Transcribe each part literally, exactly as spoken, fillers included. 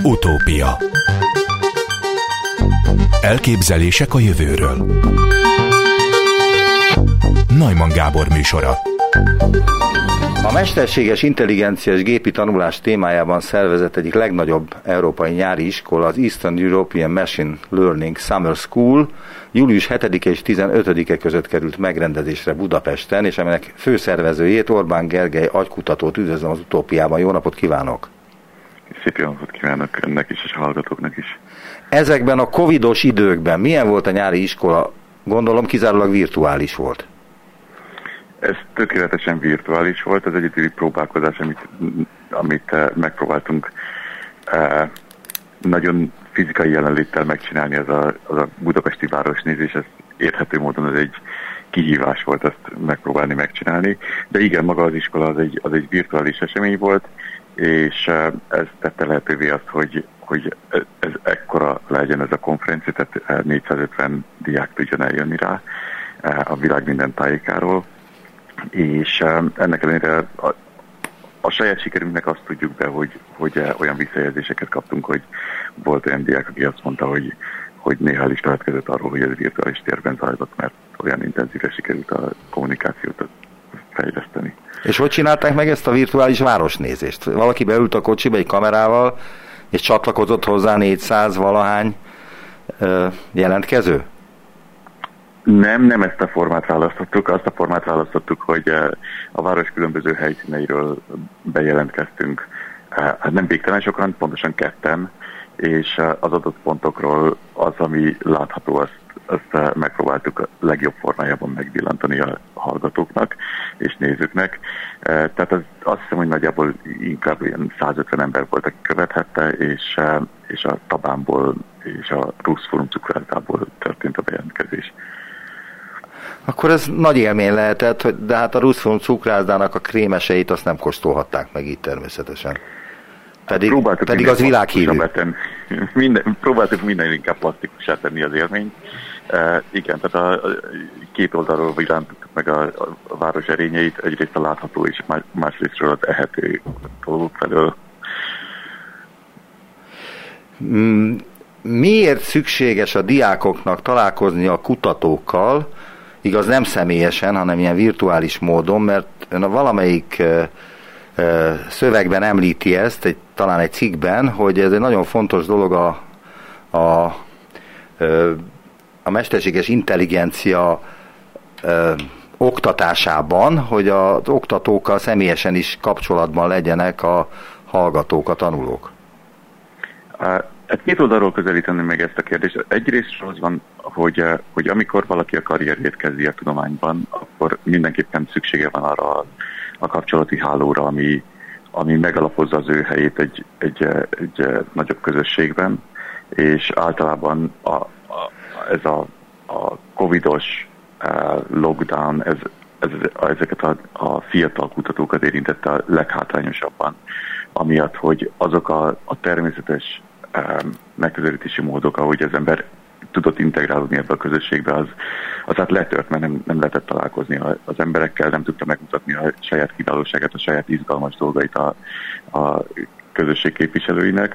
Utópia. Elképzelések a jövőről. Neumann Gábor műsora. A mesterséges intelligencia és gépi tanulás témájában szervezett egyik legnagyobb európai nyári iskola, az Eastern European Machine Learning Summer School július hetedike és tizenötödike között került megrendezésre Budapesten, és aminek főszervezőjét, Orbán Gergely agykutatót üdvözlöm az Utópiában. Jó napot kívánok! Szép jó napot kívánok önnek is, és a hallgatóknak is. Ezekben a covidos időkben milyen volt a nyári iskola? Gondolom kizárólag virtuális volt. Ez tökéletesen virtuális volt, az egyedüli próbálkozás, amit, amit megpróbáltunk eh, nagyon fizikai jelenléttel megcsinálni, az a, az a budapesti városnézés, ez érthető módon az egy kihívás volt ezt megpróbálni megcsinálni, de igen, maga az iskola az egy, az egy virtuális esemény volt, és eh, ez tette lehetővé azt, hogy, hogy ez ekkora legyen ez a konferencia, tehát négyszázötven diák tudjon eljönni rá eh, a világ minden tájékáról. És um, ennek ellenére a, a saját sikerünknek azt tudjuk be, hogy, hogy uh, olyan visszajelzéseket kaptunk, hogy volt olyan diák, aki azt mondta, hogy, hogy néha is következett arról, hogy ez virtuális térben zajlott, mert olyan intenzíve sikerült a kommunikációt fejleszteni. És hogy csinálták meg ezt a virtuális városnézést? Valaki beült a kocsiba egy kamerával, és csatlakozott hozzá négyszáz valahány uh, jelentkező? Nem, nem ezt a formát választottuk. Azt a formát választottuk, hogy a város különböző helyszíneiről bejelentkeztünk. Hát nem végtelen sokan, pontosan ketten, és az adott pontokról az, ami látható, azt, azt megpróbáltuk a legjobb formájában megvillantani a hallgatóknak és nézőknek. Tehát az, azt hiszem, hogy nagyjából inkább ilyen százötven ember volt, aki követhette, és, és a Tabánból és a Rusz Forum cukrászdából történt a bejelentkezés. Akkor ez nagy élmény lehetett, de hát a Rusz Forum cukrászdának a krémeseit azt nem kóstolhatták meg így természetesen. Pedig, pedig az világhírű. Minden, próbáltuk minden inkább plastikusá tenni az élményt. E, igen, tehát a, a két oldalról villantottuk meg a, a város erényeit, egyrészt a látható és másrésztről az ehető dolgok felől. Mm, miért szükséges a diákoknak találkozni a kutatókkal, igaz nem személyesen, hanem ilyen virtuális módon, mert ön a valamelyik ö, ö, szövegben említi ezt, egy, talán egy cikkben, hogy ez egy nagyon fontos dolog a, a, ö, a mesterséges intelligencia ö, oktatásában, hogy az oktatókkal személyesen is kapcsolatban legyenek a hallgatók, a tanulók. Hát két oldalról közelíteni meg ezt a kérdést. Egyrészt az van, hogy, hogy amikor valaki a karrierjét kezdi a tudományban, akkor mindenképpen szüksége van arra a, a kapcsolati hálóra, ami, ami megalapozza az ő helyét egy, egy, egy nagyobb közösségben, és általában a, a, ez a, a covidos uh, lockdown, ez, ez, ezeket a, a fiatal kutatókat érintette a leghátrányosabban, amiatt, hogy azok a, a természetes megközelítési módok, ahogy az ember tudott integrálódni ebbe a közösségbe, az, az hát letört, mert nem, nem lehetett találkozni az emberekkel, nem tudta megmutatni a saját kiválóságát, a saját izgalmas dolgait a, a közösség képviselőinek.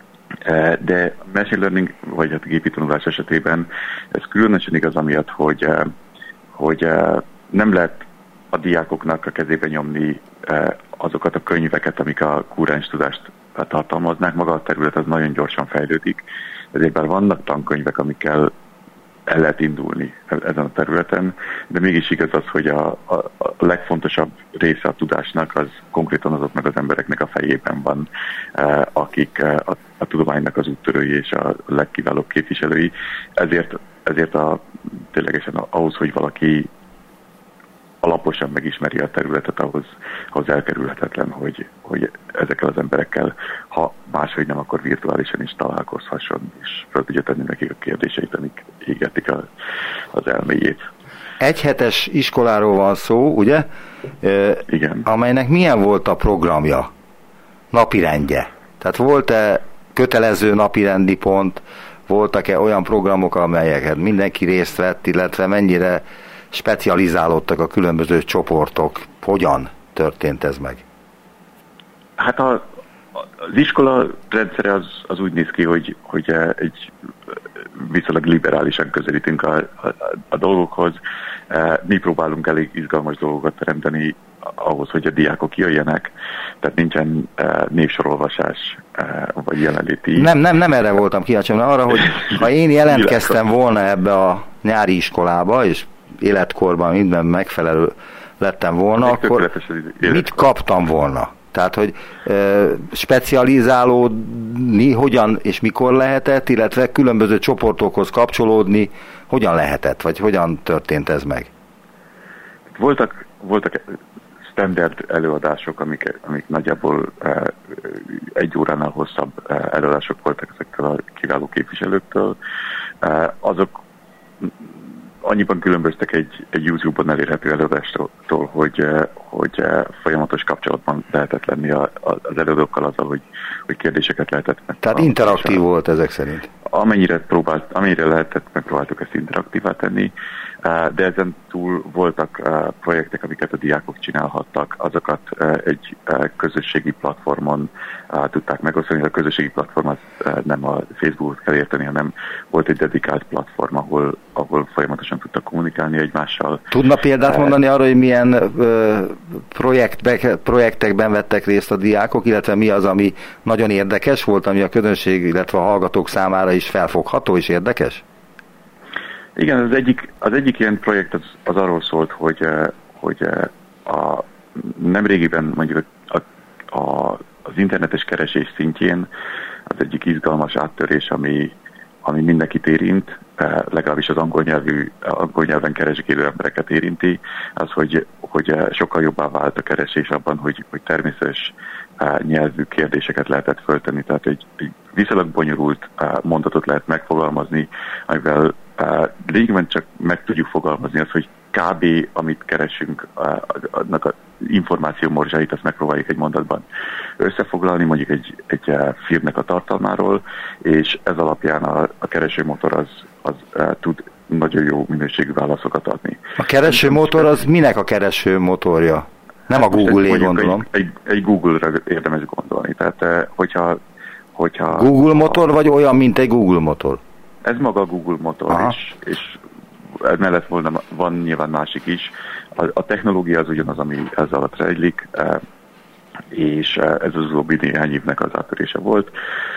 De a machine learning, vagy hát a gépi tanulás esetében ez különösen igaz amiatt, hogy, hogy nem lehet a diákoknak a kezébe nyomni azokat a könyveket, amik a kúrens tudást tartalmaznák. Maga a terület az nagyon gyorsan fejlődik, ezért bár vannak tankönyvek, amikkel el lehet indulni ezen a területen, de mégis igaz az, hogy a, a, a legfontosabb része a tudásnak az konkrétan azoknak az embereknek a fejében van, eh, akik eh, a, a tudománynak az úttörői és a legkiválóbb képviselői. Ezért, ezért a, ténylegesen ahhoz, hogy valaki alaposan megismeri a területet, ahhoz, ahhoz elkerülhetetlen, hogy, hogy ezekkel az emberekkel, ha máshogy nem, akkor virtuálisan is találkozhasson, és fel tudja tenni nekik a kérdéseit, amik égetik a, az elméjét. Egyhetes iskoláról van szó, ugye? E, Igen. Amelynek milyen volt a programja, napirendje? Tehát volt-e kötelező napirendi pont, voltak-e olyan programok, amelyeket mindenki részt vett, illetve mennyire specializálódtak a különböző csoportok? Hogyan történt ez meg? Hát a, a Az iskola rendszere az, az úgy néz ki, hogy, hogy egy viszonylag liberálisan közelítünk a, a, a dolgokhoz. Mi próbálunk elég izgalmas dolgokat teremteni ahhoz, hogy a diákok jöjjenek, tehát nincsen névsorolvasás vagy jelenléti. Nem, nem, nem erre voltam kíváncsi, hanem arra, hogy ha én jelentkeztem volna ebbe a nyári iskolába, és életkorban minden megfelelő lettem volna, akkor mit kaptam volna? Tehát, hogy e, specializálódni hogyan és mikor lehetett, illetve különböző csoportokhoz kapcsolódni hogyan lehetett, vagy hogyan történt ez meg? Voltak, voltak standard előadások, amik, amik nagyjából e, egy óránál hosszabb előadások voltak ezektől a kiváló képviselőktől. E, azok annyiban különböztek egy, egy YouTube-on elérhető előadástól, hogy, hogy folyamatos kapcsolatban lehetett lenni az előadókkal azzal, hogy, hogy kérdéseket lehetett meg. Tehát interaktív volt ezek szerint? Amennyire, próbált, amennyire lehetett, megpróbáltuk ezt interaktívá tenni, de ezen túl voltak projektek, amiket a diákok csinálhattak, azokat egy közösségi platformon tudták megosztani. A közösségi platform az nem a Facebookot kell érteni, hanem volt egy dedikált platform, ahol, ahol folyamatosan tudtak kommunikálni egymással. Tudna példát mondani arra, hogy milyen projektek, projektekben vettek részt a diákok, illetve mi az, ami nagyon érdekes volt, ami a közönség, illetve a hallgatók számára is felfogható és érdekes? Igen, az egyik, az egyik ilyen projekt az, az arról szólt, hogy, hogy a, nemrégiben mondjuk a, a, az internetes keresés szintjén az egyik izgalmas áttörés, ami, ami mindenkit érint, legalábbis az angol, nyelvű, angol nyelven keresgélő embereket érinti, az, hogy, hogy sokkal jobbá vált a keresés abban, hogy, hogy természetes nyelvű kérdéseket lehetett föltenni. Tehát egy, egy viszonylag bonyolult mondatot lehet megfogalmazni, amivel lényegben csak meg tudjuk fogalmazni azt, hogy kb. Amit keresünk, annak az információ morzsáit, azt megpróbáljuk egy mondatban összefoglalni, mondjuk egy, egy filmnek a tartalmáról, és ez alapján a, a keresőmotor az, az tud nagyon jó minőségű válaszokat adni. A keresőmotor az minek a keresőmotorja? Nem a Google-é, gondolom. Egy, egy, egy Google-ra érdemes gondolni. Tehát, hogyha, hogyha Google motor, a, vagy olyan, mint egy Google motor? Ez maga a Google motor, és, és mellett volna, van nyilván másik is. A, a technológia az ugyanaz, ami ez alatt rejlik, és ez az utóbbi néhány évnek az áttörése volt.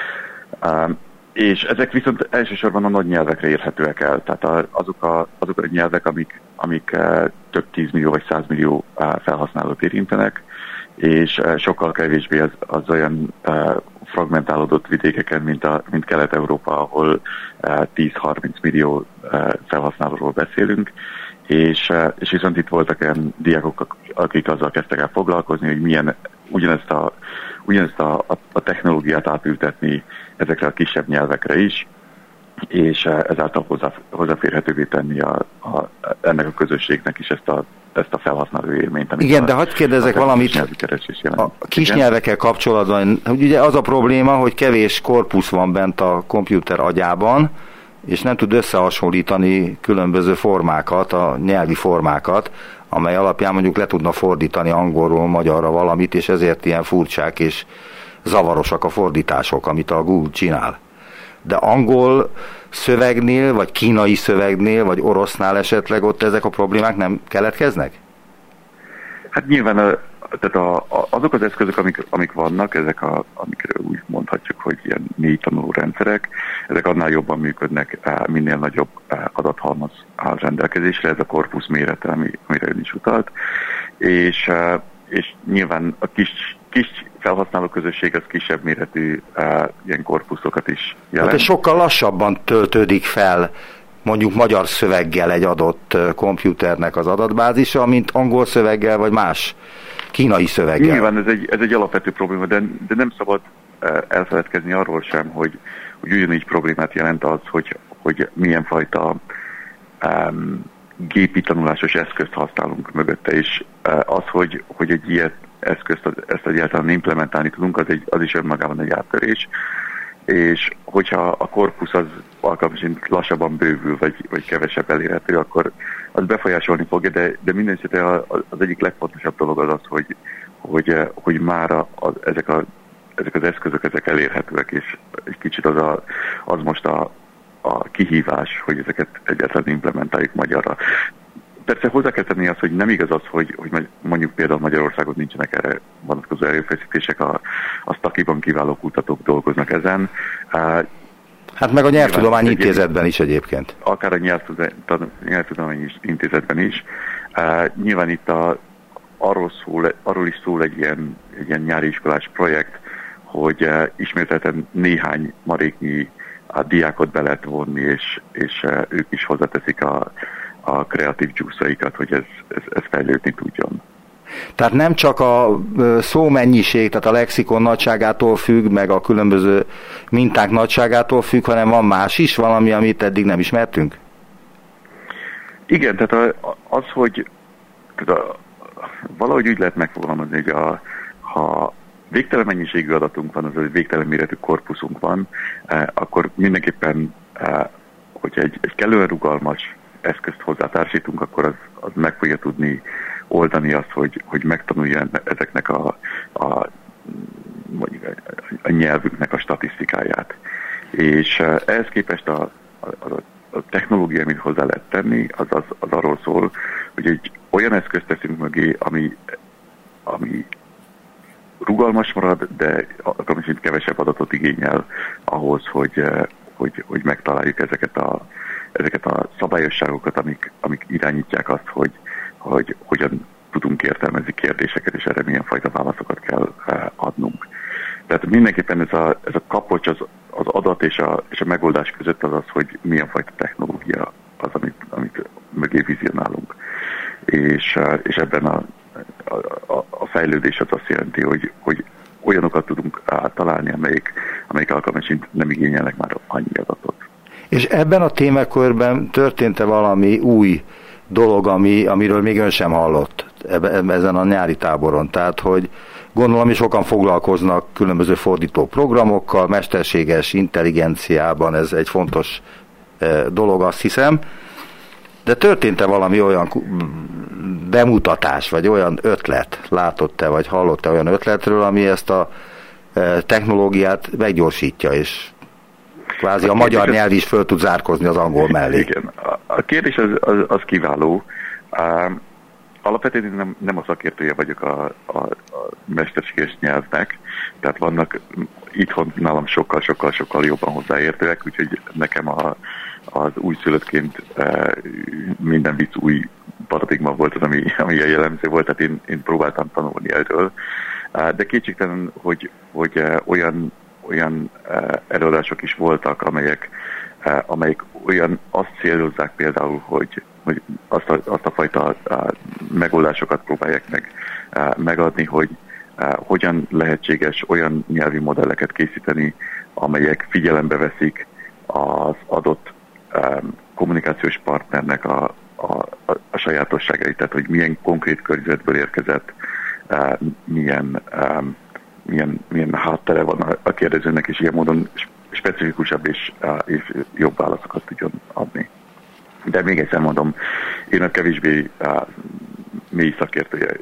És ezek viszont elsősorban a nagy nyelvekre érhetőek el. Tehát azok a, azok a nyelvek, amik, amik több tízmillió vagy százmillió felhasználót érintenek, és sokkal kevésbé az, az olyan fragmentálódott vidékeken, mint, a, mint Kelet-Európa, ahol tíz-harminc millió felhasználóról beszélünk, és, és viszont itt voltak olyan diákok, akik azzal kezdtek el foglalkozni, hogy milyen ugyanezt a, ugyanezt a, a, a technológiát átültetni ezekre a kisebb nyelvekre is, és ezáltal hozzá, hozzáférhetővé tenni a, a, ennek a közösségnek is ezt a, ezt a felhasználó élményt. Igen, a, de hadd kérdezek valamit a kis nyelvekkel kapcsolatban. Ugye az a probléma, hogy kevés korpusz van bent a komputer agyában, és nem tud összehasonlítani különböző formákat, a nyelvi formákat, amely alapján mondjuk le tudna fordítani angolról magyarra valamit, és ezért ilyen furcsák és zavarosak a fordítások, amit a Google csinál. De angol szövegnél, vagy kínai szövegnél, vagy orosznál esetleg ott ezek a problémák nem keletkeznek? Hát nyilván a, tehát a, a, azok az eszközök, amik, amik vannak, ezek a, amikről úgy mondhatjuk, hogy ilyen mély tanuló rendszerek, ezek annál jobban működnek, minél nagyobb adathalmaz áll rendelkezésre, ez a korpusz mérete, ami, amire ön is utalt, és, és nyilván a kis, kis felhasználó közösség az kisebb méretű uh, ilyen korpuszokat is jelent. Hát sokkal lassabban töltődik fel mondjuk magyar szöveggel egy adott komputernek az adatbázisa, mint angol szöveggel, vagy más kínai szöveggel. Nyilván ez egy, ez egy alapvető probléma, de, de nem szabad uh, elfeledkezni arról sem, hogy, hogy ugyanígy problémát jelent az, hogy, hogy milyen fajta um, gépi tanulásos eszközt használunk mögötte, és uh, az, hogy, hogy egy ilyet eszközt, ezt egyáltalán implementálni tudunk, az, egy, az is önmagában egy áttörés, és hogyha a korpusz az alkalmasint lassabban bővül, vagy, vagy kevesebb elérhető, akkor az befolyásolni fogja, de, de minden esetre az egyik legfontosabb dolog az az, hogy, hogy, hogy már a, a, ezek, a, ezek az eszközök ezek elérhetőek, és egy kicsit az, a, az most a, a kihívás, hogy ezeket egyáltalán implementáljuk magyarra. Persze hozzá kell tenni azt, hogy nem igaz az, hogy, hogy mondjuk például Magyarországon nincsenek erre vonatkozó erőfeszítések, a, a Stakiban kiváló kutatók dolgoznak ezen. Hát meg a Nyelvtudományi Intézetben is egyébként. Akár a Nyelvtudományi Intézetben is. Nyilván itt a, arról, szól, arról is szól egy ilyen, egy ilyen nyári iskolás projekt, hogy ismételten néhány maréknyi a diákot be lehet vonni, és, és ők is hozzáteszik a a kreatív juice-aikat, hogy ez, ez, ez fejlődni tudjon. Tehát nem csak a szómennyiség, tehát a lexikon nagyságától függ, meg a különböző minták nagyságától függ, hanem van más is, valami, amit eddig nem ismertünk? Igen, tehát az, hogy tehát a, valahogy úgy lehet megfogalmazni, hogy a, ha végtelen mennyiségű adatunk van, az végtelen méretű korpuszunk van, eh, akkor mindenképpen, eh, hogyha egy, egy kellően rugalmas eszközt hozzátársítunk, akkor az, az meg fogja tudni oldani azt, hogy, hogy megtanulja ezeknek a, a, mondjuk a, a nyelvüknek a statisztikáját. És ehhez képest a, a, a technológia, amit hozzá lehet tenni, az, az, az arról szól, hogy egy olyan eszközt teszünk mögé, ami, ami rugalmas marad, de akkor is kevesebb adatot igényel ahhoz, hogy, hogy, hogy megtaláljuk ezeket a ezeket a szabályosságokat, amik, amik irányítják azt, hogy, hogy hogyan tudunk értelmezni kérdéseket, és erre milyen fajta válaszokat kell adnunk. Tehát mindenképpen ez a, ez a kapocs az, az adat és a, és a megoldás között az az, hogy milyen fajta technológia az, amit, amit mögé vizionálunk. És, és ebben a, a, a fejlődés az azt jelenti, hogy, hogy olyanokat tudunk találni, amelyik, amelyik alkalmasint nem igényelnek már annyi adatot. És ebben a témakörben történt-e valami új dolog, ami, amiről még ön sem hallott ezen a nyári táboron? Tehát, hogy gondolom, hogy sokan foglalkoznak különböző fordító programokkal, mesterséges intelligenciában, ez egy fontos dolog, azt hiszem. De történt-e valami olyan bemutatás, vagy olyan ötlet, látott-e, vagy hallott-e olyan ötletről, ami ezt a technológiát meggyorsítja, és kvázi a, a magyar az... nyelv is föl tud zárkozni az angol mellé. Igen, a, a kérdés az, az, az kiváló. Uh, alapvetően nem, nem a szakértője vagyok a, a, a mesterséges nyelvnek, tehát vannak itthon nálam sokkal-sokkal-sokkal jobban hozzáértőek, úgyhogy nekem a, az újszülöttként uh, minden vicc új paradigma volt az, ami, ami a jellemző volt, tehát én, én próbáltam tanulni erről. Uh, de kétségtelen, hogy, hogy uh, olyan olyan uh, előadások is voltak, amelyek, uh, amelyek olyan azt célozzák például, hogy, hogy azt, a, azt a fajta uh, megoldásokat próbálják meg uh, megadni, hogy uh, hogyan lehetséges olyan nyelvi modelleket készíteni, amelyek figyelembe veszik az adott um, kommunikációs partnernek a, a, a, a sajátosságait, tehát hogy milyen konkrét környezetből érkezett, uh, milyen um, Milyen, milyen háttere van a, a kérdezőnek, és ilyen módon specifikusabb és, és jobb válaszokat tudjon adni. De még egyszer mondom, én a kevésbé a, mély szakértője,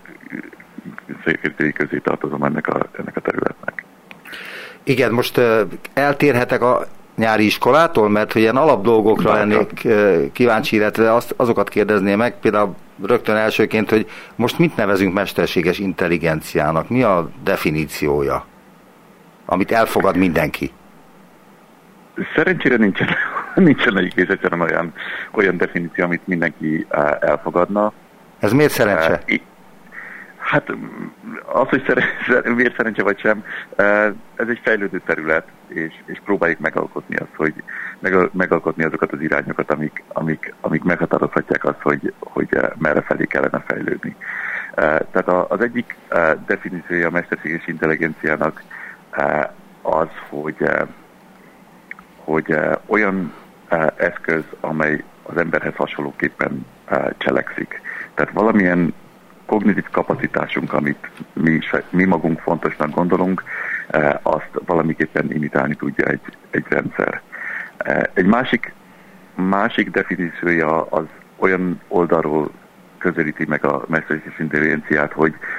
szakértői közé tartozom ennek a, ennek a területnek. Igen, most uh, eltérhetek a nyári iskolától, mert hogy ilyen alapdolgokra lennék uh, kíváncsi, illetve azt, azokat kérdezném meg, például rögtön elsőként, hogy most mit nevezünk mesterséges intelligenciának? Mi a definíciója, amit elfogad mindenki? Szerencsére nincsen, nincsen egész egyszerűen olyan, olyan definíció, amit mindenki elfogadna. Ez miért szerencse? Hát az, hogy szerencse, miért szerencse vagy sem, ez egy fejlődő terület, és, és próbáljuk megalkotni azt, hogy meg, megalkotni azokat az irányokat, amik, amik, amik meghatározhatják azt, hogy, hogy merre felé kellene fejlődni. Tehát az egyik definíciója a mesterséges intelligenciának az, hogy, hogy olyan eszköz, amely az emberhez hasonlóképpen cselekszik. Tehát valamilyen kognitív kapacitásunk, amit mi, mi magunk fontosnak gondolunk, azt valamiképpen imitálni tudja egy, egy rendszer. Egy másik, másik definíciója az olyan oldalról közelíti meg a mesterséges intelligenciát, hogy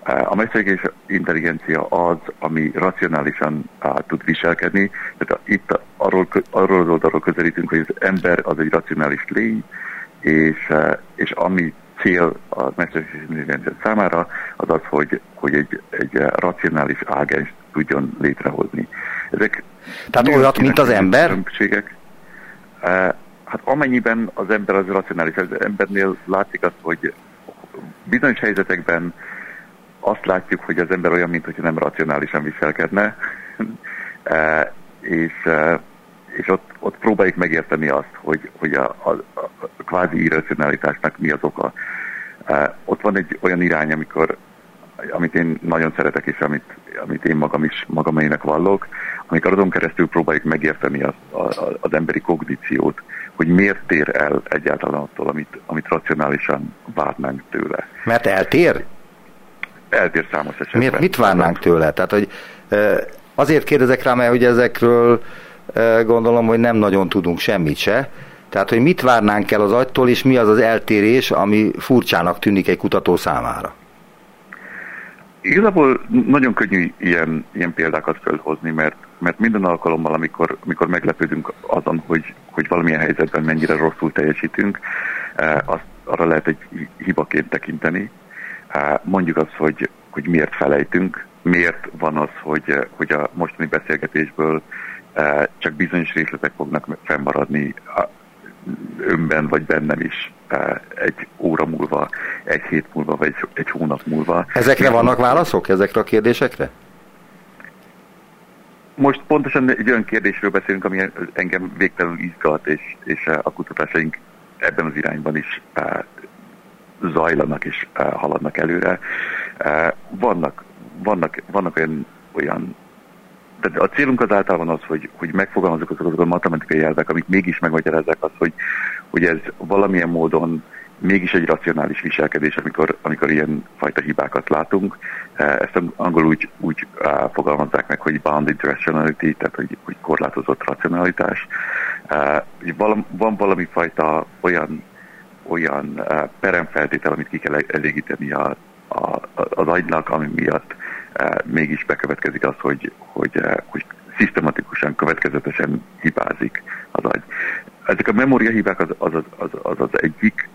A mesterséges intelligencia az, ami racionálisan uh, tud viselkedni. Tehát itt arról, arról az oldalról közelítünk, hogy az ember az egy racionális lény, és, uh, és ami cél a mesterséges intelligencia számára, az az, hogy, hogy egy, egy racionális ágens tudjon létrehozni. Ezek Tehát olyat, mint az ember? Különbségek. Uh, hát amennyiben az ember az racionális, az embernél látszik azt, hogy bizonyos helyzetekben azt látjuk, hogy az ember olyan, mintha nem racionálisan viselkedne, e, és, e, és ott, ott próbáljuk megérteni azt, hogy, hogy a, a, a kvázi irracionalitásnak mi az oka. E, ott van egy olyan irány, amikor, amit én nagyon szeretek, és amit, amit én magam is magamének vallok, amikor azon keresztül próbáljuk megérteni azt, a, a, az emberi kogníciót, hogy miért tér el egyáltalán attól, amit, amit racionálisan várnánk tőle. Mert eltér? Eltér számos esetben. Miért, mit várnánk tőle? Tehát, hogy azért kérdezek rá, mert hogy ezekről gondolom, hogy nem nagyon tudunk semmit se. Tehát, hogy mit várnánk el az agytól, és mi az az eltérés, ami furcsának tűnik egy kutató számára? Igazából nagyon könnyű ilyen, ilyen példákat felhozni, mert, mert minden alkalommal, amikor, amikor meglepődünk azon, hogy, hogy valamilyen helyzetben mennyire rosszul teljesítünk, azt arra lehet egy hibaként tekinteni. Mondjuk azt, hogy, hogy miért felejtünk, miért van az, hogy, hogy a mostani beszélgetésből csak bizonyos részletek fognak fennmaradni önben vagy bennem is egy óra múlva, egy hét múlva, vagy egy hónap múlva. Ezekre vannak válaszok, ezekre a kérdésekre? Most pontosan egy olyan kérdésről beszélünk, ami engem végtelenül izgat, és, és a kutatásaink ebben az irányban is zajlanak és haladnak előre. Vannak, vannak, vannak olyan, olyan tehát a célunk az általában az, hogy, hogy megfogalmazzuk azokat a matematikai elvek, amik mégis megmagyarázzák azt, hogy, hogy ez valamilyen módon mégis egy racionális viselkedés, amikor, amikor ilyen fajta hibákat látunk. Ezt angolul úgy, úgy fogalmazzák meg, hogy bounded rationality, tehát hogy, hogy korlátozott racionalitás. Van valami fajta olyan, olyan peremfeltétel, amit ki kell elégíteni a, a, az agynak, ami miatt mégis bekövetkezik az, hogy, hogy, hogy szisztematikusan, következetesen hibázik az agy. Ezek a memóriahibák az az, az, az, az, az egyik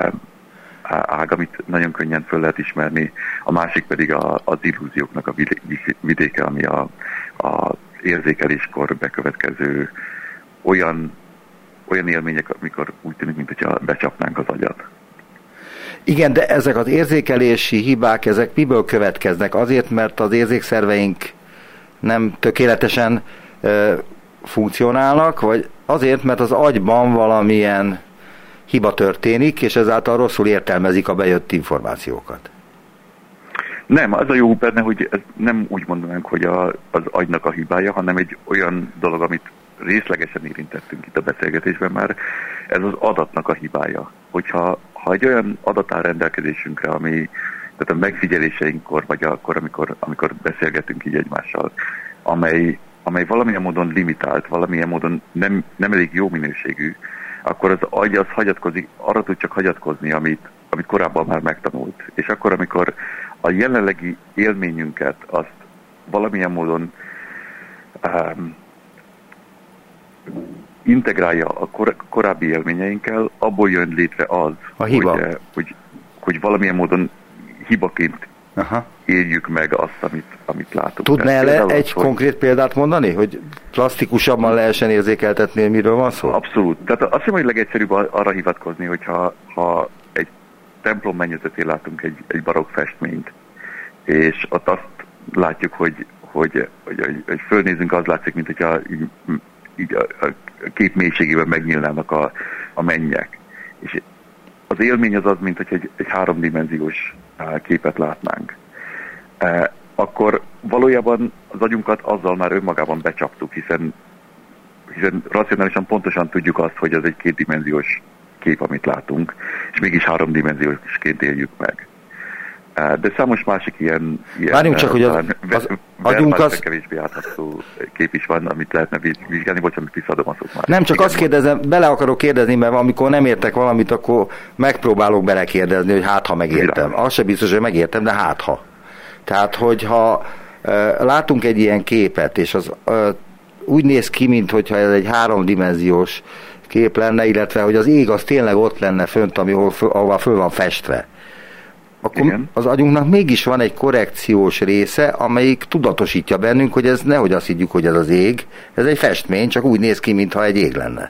ág, amit nagyon könnyen föl lehet ismerni, a másik pedig a, az illúzióknak a vidéke, ami a, a érzékeléskor bekövetkező olyan, olyan élmények, amikor úgy tűnik, mintha becsapnánk az agyat. Igen, de ezek az érzékelési hibák, ezek miből következnek? Azért, mert az érzékszerveink nem tökéletesen ö, funkcionálnak, vagy azért, mert az agyban valamilyen hiba történik, és ezáltal rosszul értelmezik a bejött információkat? Nem, az a jó benne, hogy ez nem úgy mondanánk, hogy a, az agynak a hibája, hanem egy olyan dolog, amit részlegesen érintettünk itt a beszélgetésben már, ez az adatnak a hibája. Hogyha ha egy olyan adat áll rendelkezésünkre, ami tehát a megfigyeléseinkkor, vagy akkor, amikor, amikor beszélgetünk így egymással, amely, amely valamilyen módon limitált, valamilyen módon nem, nem elég jó minőségű, akkor az agy az hagyatkozik, arra tud csak hagyatkozni, amit, amit korábban már megtanult. És akkor, amikor a jelenlegi élményünket azt valamilyen módon um, integrálja a kor- korábbi élményeinkkel, abból jön létre az, hogy, hogy, hogy valamilyen módon hibaként Aha. éljük meg azt, amit, amit látunk. Tudnál le egy az, konkrét hogy... példát mondani, hogy plastikusabban lehessen érzékeltetni, miről van szó? Abszolút. Tehát azt hiszem, hogy legegyszerűbb arra hivatkozni, hogyha ha egy templom mennyezetén látunk egy, egy barokk festményt, és ott azt látjuk, hogy, hogy, hogy, hogy, hogy fölnézünk, az látszik, mint hogyha így, így a, a kép mélységében megnyílnának a, a mennyek. És az élmény az az, mint hogy egy, egy háromdimenziós képet látnánk. E, akkor valójában az agyunkat azzal már önmagában becsaptuk, hiszen, hiszen racionálisan pontosan tudjuk azt, hogy az egy kétdimenziós kép, amit látunk, és mégis háromdimenziósként éljük meg. E, de számos másik ilyen, ilyen Várjunk csak, hogy az, az agyunk az... kevésbé átható kép is van, amit lehetne vizsgálni, bocsánat, visszaadom a szót már. Nem, csak azt kérdezem, bele akarok kérdezni, mert amikor nem értek valamit, akkor megpróbálok belekérdezni, hogy hát ha megértem. Az se biztos, hogy megértem, de hát ha. Tehát, hogyha e, látunk egy ilyen képet, és az e, úgy néz ki, mintha ez egy háromdimenziós kép lenne, illetve hogy az ég az tényleg ott lenne fönt, ahol föl, ahol föl van festve, akkor igen, az agyunknak mégis van egy korrekciós része, amelyik tudatosítja bennünk, hogy ez nehogy azt higgyük, hogy ez az ég, ez egy festmény, csak úgy néz ki, mintha egy ég lenne.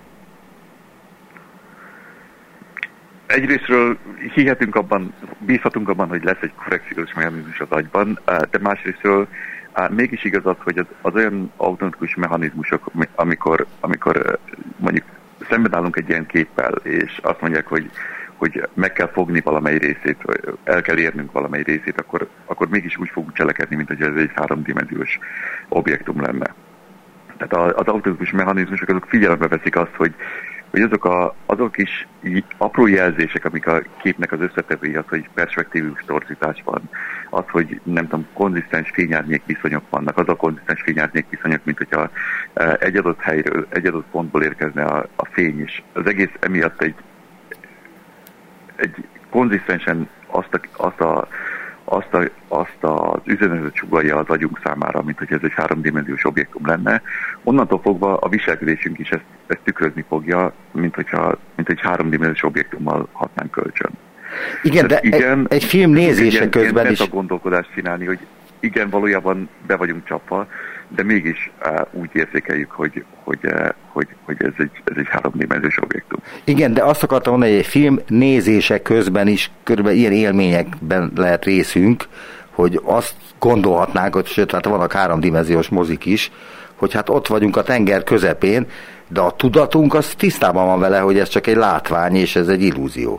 Egyrésztről hihetünk abban, bízhatunk abban, hogy lesz egy korrekciós mechanizmus az agyban, de másrésztről mégis igaz az, hogy az, az olyan automatikus mechanizmusok, amikor, amikor mondjuk szemben állunk egy ilyen képpel, és azt mondják, hogy, hogy meg kell fogni valamely részét, el kell érnünk valamely részét, akkor, akkor mégis úgy fogunk cselekedni, mint hogy ez egy háromdimenziós objektum lenne. Tehát az automatikus mechanizmusok azok figyelembe veszik azt, hogy hogy azok, a, azok is apró jelzések, amik a képnek az összetevői, az, hogy perspektívus torzítás van, az, hogy nem tudom, konzisztens fényárnyék viszonyok vannak, az a konzisztens fényárnyék viszonyok, mint hogyha egy adott helyről, egy adott pontból érkezne a, a fény is. Az egész emiatt egy, egy konzisztensen azt a, azt a Azt, a, azt az üzenetet sugallja az agyunk számára, mint hogy ez egy háromdimenziós objektum lenne. Onnantól fogva a viselkedésünk is ezt, ezt tükrözni fogja, mint hogyha mint egy háromdimenziós objektummal hatnánk kölcsön. Igen, tehát de igen, egy, egy film nézése igen, közben igen, is... a gondolkodást csinálni, hogy igen, valójában be vagyunk csapva, de mégis uh, úgy érzékeljük, hogy, hogy, uh, hogy, hogy ez egy, ez egy háromdimenziós objektum. Igen, de azt akartam mondani, hogy egy film nézése közben is körülbelül ilyen élményekben lehet részünk, hogy azt gondolhatnánk, hogy sőt, hát vannak háromdimenziós mozik is, hogy hát ott vagyunk a tenger közepén, de a tudatunk az tisztában van vele, hogy ez csak egy látvány, és ez egy illúzió.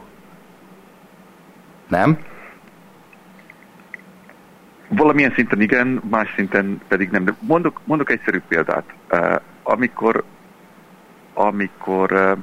Nem? Valamilyen szinten igen, más szinten pedig nem. De mondok, mondok egyszerű példát. Uh, amikor amikor uh,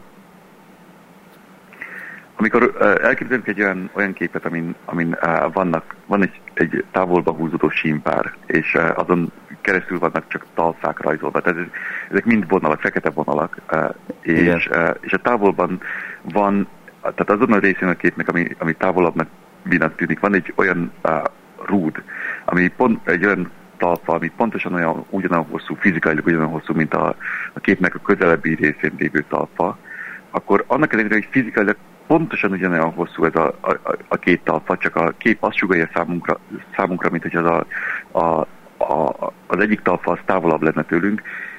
amikor uh, elképzelünk egy olyan, olyan képet, amin, amin uh, vannak, van egy, egy távolba húzódó símpár, és uh, azon keresztül vannak csak talszák rajzolva. Tehát ez, ezek mind vonalak, fekete vonalak, uh, és, uh, és a távolban van, tehát azon a részén a képnek, ami, ami távolabbnak tűnik, van egy olyan uh, rúd, ami pont egy olyan talpa, ami pontosan olyan, ugyanolyan hosszú, fizikailag ugyanolyan hosszú, mint a, a képnek a közelebbi részén lévő talpa, akkor annak ellenére, hogy fizikailag pontosan ugyanolyan hosszú ez a, a, a két talpa, csak a kép azt sugallja számunkra, számunkra mint hogy az, a, a, a, az egyik talpa az távolabb lenne tőlünk,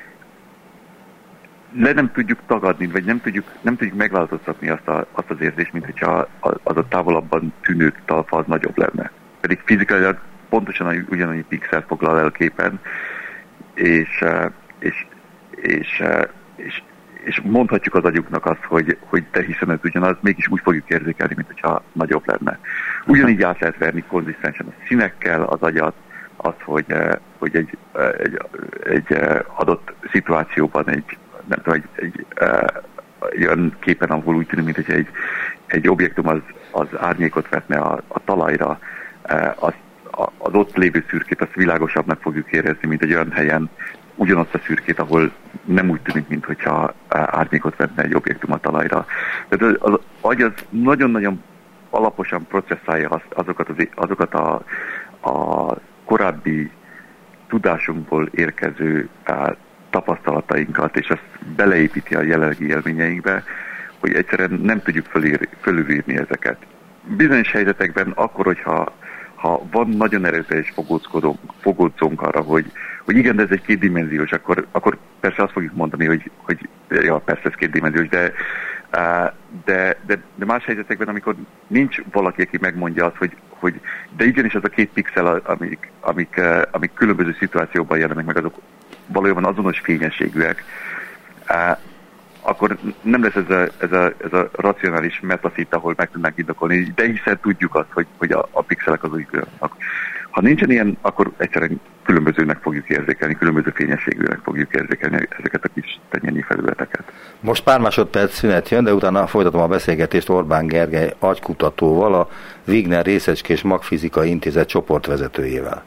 le nem tudjuk tagadni, vagy nem tudjuk, nem tudjuk megváltoztatni azt, a, azt az érzést, mint hogyha az a távolabban tűnő talpa az nagyobb lenne. Pedig fizikailag pontosan ugyanannyi pixel foglal el a képen, és, és, és, és, és mondhatjuk az agyunknak azt, hogy, hogy de hiszen ez ugyanaz, mégis úgy fogjuk érzékelni, mint hogyha nagyobb lenne. Ugyanígy át lehet verni konzisztensen a színekkel az agyat, az, hogy, hogy egy, egy, egy adott szituációban egy, nem tudom, egy, egy, egy olyan képen, ahol úgy tűnik, mint hogy egy, egy objektum az, az árnyékot vetne a, a talajra, az, az ott lévő szürkét, azt világosabbnak fogjuk érezni, mint egy olyan helyen, ugyanazt a szürkét, ahol nem úgy tűnik, mintha árnyékot vetne egy objektum a talajra. Tehát az, az agy az nagyon-nagyon alaposan processzálja azokat, az, azokat a, a korábbi tudásunkból érkező tapasztalatainkat, és ezt beleépíti a jelenlegi élményeinkbe, hogy egyszerűen nem tudjuk fölír, fölülírni ezeket. Bizonyos helyzetekben akkor, hogyha ha van nagyon erőteljes fogódzónk arra, hogy, hogy igen, de ez egy kétdimenziós, akkor, akkor persze azt fogjuk mondani, hogy, hogy ja, persze ez kétdimenziós, de, de, de, de más helyzetekben, amikor nincs valaki, aki megmondja azt, hogy, hogy de igenis az a két pixel, amik, amik, amik különböző szituációban jelennek meg, azok valójában azonos fényességűek, akkor nem lesz ez a, ez a, ez a racionális metaszit, ahol meg tudnánk indokolni, de hiszen tudjuk azt, hogy, hogy a, a pixelek azok különbözőek. Ha nincsen ilyen, akkor egyszerűen különbözőnek fogjuk érzékelni, különböző fényességűnek fogjuk érzékelni ezeket a kis tenyérnyi felületeket. Most pár másodperc szünet jön, de utána folytatom a beszélgetést Orbán Gergely agykutatóval, a Wigner Részecskés Magfizikai Intézet csoportvezetőjével.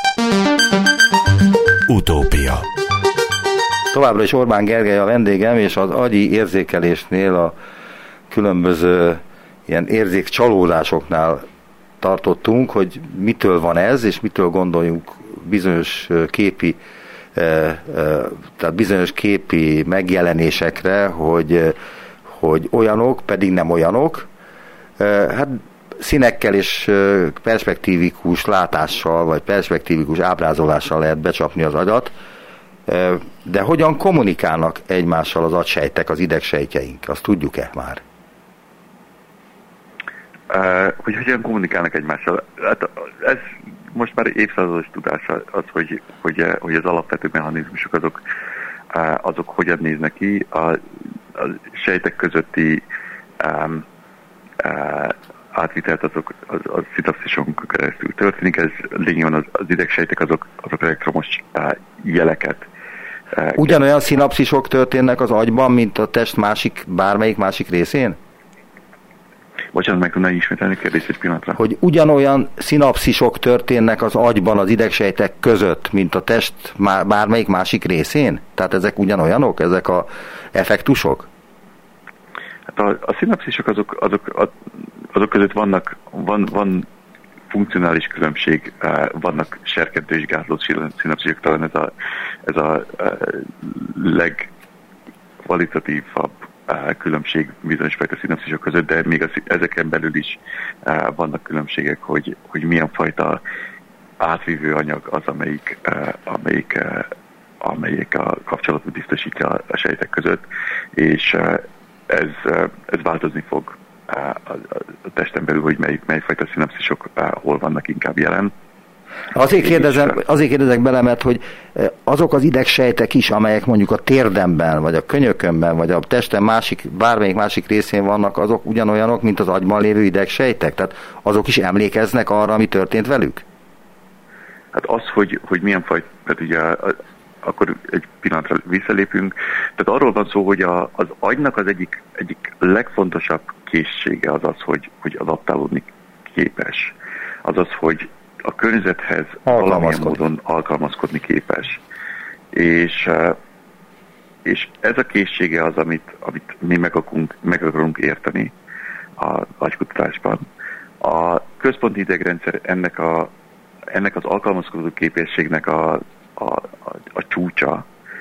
Utópia. Továbbra is Orbán Gergely a vendégem, és az agyi érzékelésnél, a különböző ilyen érzékcsalódásoknál tartottunk, hogy mitől van ez, és mitől gondoljunk bizonyos képi, tehát bizonyos képi megjelenésekre, hogy, hogy olyanok, pedig nem olyanok. Hát színekkel és perspektívikus látással, vagy perspektívikus ábrázolással lehet becsapni az agyat, de hogyan kommunikálnak egymással az agysejtek, az idegsejtjeink? Azt tudjuk-e már? Uh, hogy hogyan kommunikálnak egymással? Hát ez most már évszázados tudás az, hogy, hogy, hogy az alapvető mechanizmusok azok, azok hogyan néznek ki. A, a sejtek közötti um, uh, átvitelt azok az, az szinapszison keresztül történik. Ez lényegében az, az idegsejtek azok, azok elektromos uh, jeleket. Uh, Ugyanolyan szinapszisok történnek az agyban, mint a test másik, bármelyik másik részén? Bocsánat, meg tudnál ismételni a kérdést egy pillanatra? Hogy ugyanolyan szinapszisok történnek az agyban az idegsejtek között, mint a test bármelyik másik részén? Tehát ezek ugyanolyanok, ezek a effektusok? Hát a, a szinapszisok azok, azok, azok között vannak, van, van funkcionális különbség, vannak serkentő és gátló szinapszisok, talán ez a, ez a legkvalitatívabb különbség bizonyos fajta szinapszisok között, de még az, ezeken belül is uh, vannak különbségek, hogy, hogy milyen fajta átvívő anyag az, amelyik, uh, amelyik, uh, amelyik a kapcsolatot biztosítja a, a sejtek között, és uh, ez, uh, ez változni fog uh, a, a testen belül, hogy mely, mely fajta szinapszisok uh, hol vannak inkább jelen. Azért, kérdezem, azért kérdezek bele, mert hogy azok az idegsejtek is, amelyek mondjuk a térdemben, vagy a könyökömben, vagy a testem másik, bármelyik másik részén vannak, azok ugyanolyanok, mint az agyban lévő idegsejtek? Tehát azok is emlékeznek arra, ami történt velük? Hát az, hogy, hogy milyen fajta, tehát ugye akkor egy pillanatra visszalépünk, tehát arról van szó, hogy a, az agynak az egyik, egyik legfontosabb készsége az az, hogy, hogy adaptálódni képes. Az az, hogy a környezethez valamilyen módon alkalmazkodni képes. És, és ez a készsége az, amit, amit mi meg akarunk, meg akarunk érteni az agykutatásban. A központi idegrendszer ennek, a, ennek az alkalmazkodó képességnek a, a, a, a csúcsa,